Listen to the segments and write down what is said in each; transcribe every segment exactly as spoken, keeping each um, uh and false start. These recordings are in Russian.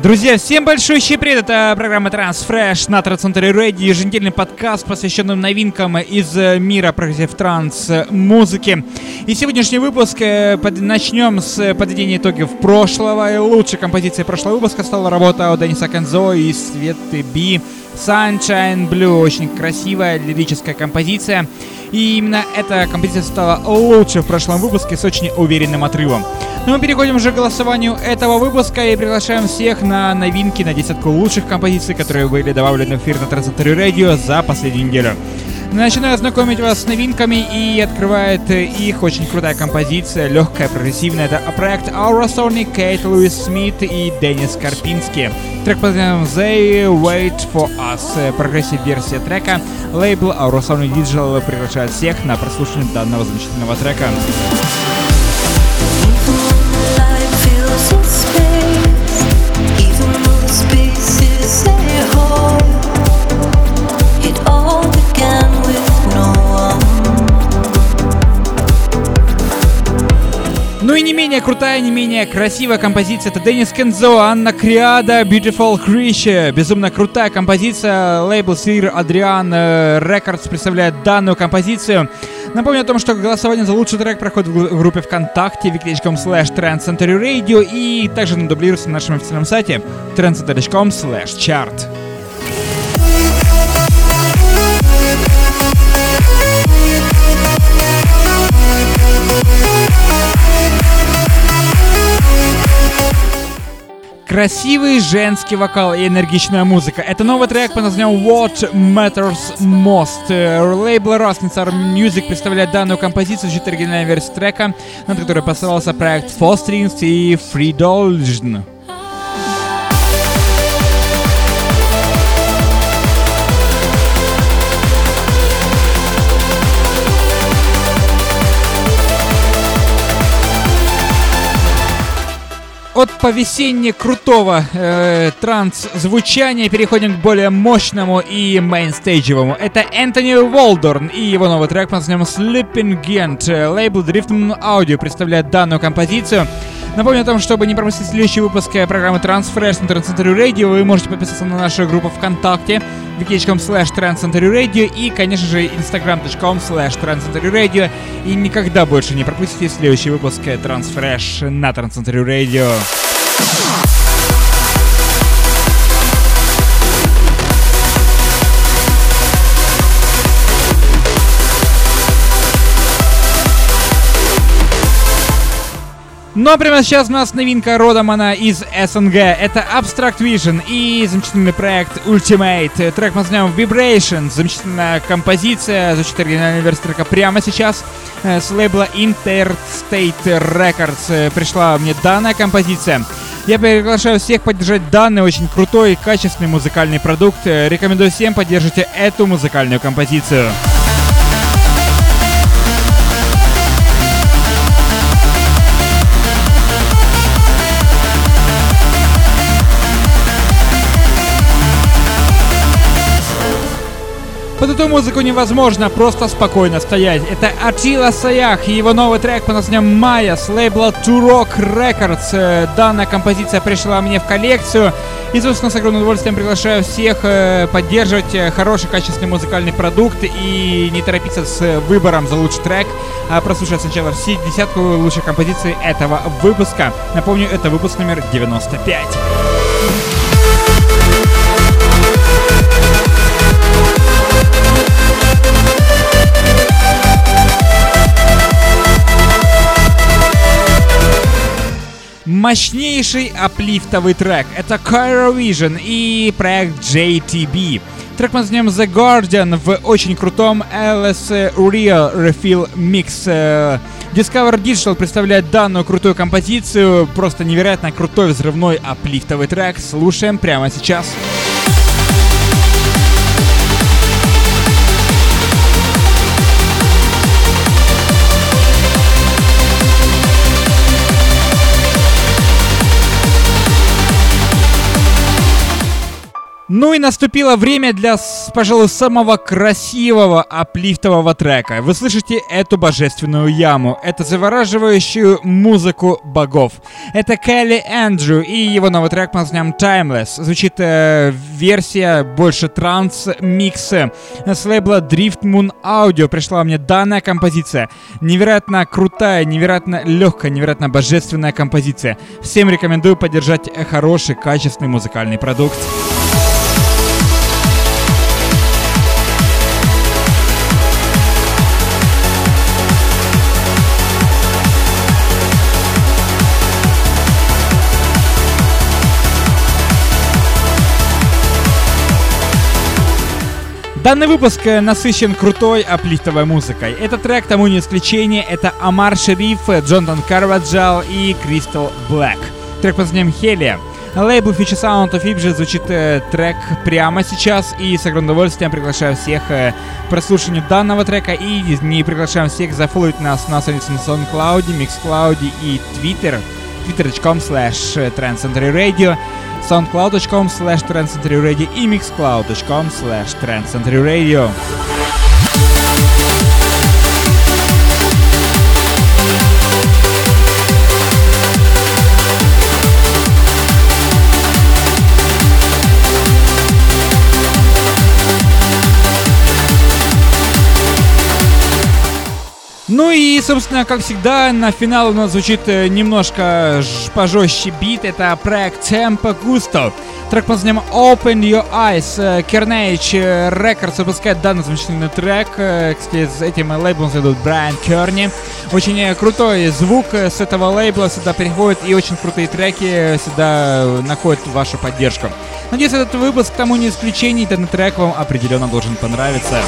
Друзья, всем большущий привет! Это программа Transfresh на Trans-Century Radio, еженедельный подкаст, посвященный новинкам из мира прогрессив транс музыки. И сегодняшний выпуск под... начнем с подведения итогов прошлого. И лучшей композицией прошлого выпуска стала работа от Дениса Кензо и Светы Би Sunshine Blue. Очень красивая лирическая композиция. И именно эта композиция стала лучшей в прошлом выпуске с очень уверенным отрывом. Ну, мы переходим уже к голосованию этого выпуска и приглашаем всех на новинки, на десятку лучших композиций, которые были добавлены в эфир на Trans-Century Radio за последнюю неделю. Начинаю знакомить вас с новинками, и открывает их очень крутая композиция, легкая, прогрессивная. Это проект Aurosonic, Кейт Луис Смит и Денис Карпинский. Трек под названием They Wait For Us. Прогрессив-версия трека. Лейбл Aurosonic Digital приглашает всех на прослушивание данного замечательного трека. Ну и не менее крутая, не менее красивая композиция — это Денис Кензо, Анна Криада, Beautiful Creature. Безумно крутая композиция. Лейбл Sir Adrian Records представляет данную композицию. Напомню о том, что голосование за лучший трек проходит в группе ВКонтакте wiki точка com слэш Trans-Century Radio и также дублируется на нашем официальном сайте Trans-Century точка com слэш chart. Красивый женский вокал и энергичная музыка. Это новый трек под названием What Matters Most. Лейбл Rosnitsar Music представляет данную композицию, звучит оригинальная версия трека, над которой постарался проект Four Strings и Freedolgen. От повесенне крутого э, транс-звучания переходим к более мощному и мейнстейджевому. Это Энтони Волдорн и его новый трек под названием Sleeping Gent. Лейбл Driftman Audio представляет данную композицию. Напомню о том, чтобы не пропустить следующий выпуск программы Transfresh на Trans-Century Radio, вы можете подписаться на нашу группу ВКонтакте wiki точка com слэш Trans-Century Radio и, конечно же, instagram точка com слэш Trans-Century Radio. И никогда больше не пропустите следующий выпуск Transfresh на Trans-Century Radio. Ну а прямо сейчас у нас новинка, родом она из СНГ. Это Abstract Vision и замечательный проект Ultimate. Трек под названием Vibrations. Замечательная композиция. Звучит оригинальная версия трека прямо сейчас. С лейбла Interstate Records пришла мне данная композиция. Я приглашаю всех поддержать данный очень крутой и качественный музыкальный продукт. Рекомендую всем поддержать эту музыкальную композицию. Под эту музыку невозможно просто спокойно стоять. Это Аттила Саях и его новый трек под названием Майя с лейбла Two Rock Records. Данная композиция пришла мне в коллекцию. И, собственно, с огромным удовольствием приглашаю всех поддерживать хороший, качественный музыкальный продукт и не торопиться с выбором за лучший трек, а прослушать сначала все десятку лучших композиций этого выпуска. Напомню, это выпуск номер девяносто пять. Мощнейший аплифтовый трек. Это Cairo Vision и проект джей ти би. Трек под названием The Guardian в очень крутом эл эс Real Refill Mix. Discover Digital представляет данную крутую композицию. Просто невероятно крутой взрывной аплифтовый трек. Слушаем прямо сейчас. Ну и наступило время для, пожалуй, самого красивого аплифтового трека. Вы слышите эту божественную яму, это завораживающую музыку богов. Это Келли Эндрю и его новый трек под названием Timeless. Звучит э, версия больше транс-микс с лейбла Drift Moon Audio. Пришла мне данная композиция. Невероятно крутая, невероятно легкая, невероятно божественная композиция. Всем рекомендую поддержать хороший, качественный музыкальный продукт. Данный выпуск насыщен крутой аплифтовой музыкой. Этот трек тому не исключение. Это Амар Шериф, Джонатан Карваджал и Кристал Блэк. Трек под названием Хелия. Лейбл Future Sound of Ibje звучит э, трек прямо сейчас. И с огромным удовольствием приглашаю всех э, к прослушиванию данного трека. И не приглашаем всех зафолловить нас на странице на SoundCloud, MixCloud и Twitter. twitter.com slash trendcenturyradio, soundcloud.com slash trendcenturyradio и mixcloud.com slash trendcenturyradio. Ну и, собственно, как всегда, на финал у нас звучит немножко пожестче бит. Это проект Tempo Gusto. Трек под названием Open Your Eyes. Carnage Records выпускает данный замечательный трек. Кстати, с этим лейблом зовут Брайан Керни. Очень крутой звук с этого лейбла сюда переходит, и очень крутые треки сюда находят вашу поддержку. Надеюсь, этот выпуск тому не исключение. Этот трек вам определенно должен понравиться.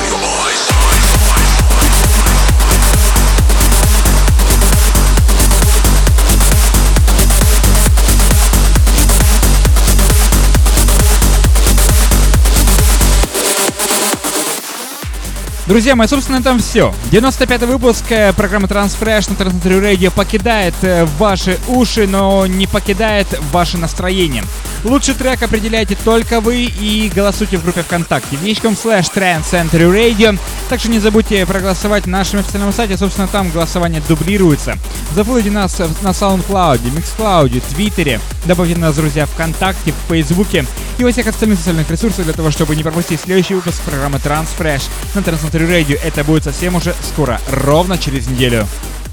Друзья мои, собственно, на этом все. девяносто пятый выпуск программы Transfresh на Trendcentury Radio покидает ваши уши, но не покидает ваше настроение. Лучший трек определяете только вы и голосуйте в группе ВКонтакте vh.com slash Trendcentury Radio. Также не забудьте проголосовать на нашем официальном сайте, собственно, там голосование дублируется. Зафолловите нас на SoundCloud, MixCloud, Твиттере, добавьте нас, друзья, ВКонтакте, в Фейсбуке и во всех остальных социальных ресурсах для того, чтобы не пропустить следующий выпуск программы Transfresh на Trendcentury Radio. Это будет совсем уже скоро, ровно через неделю.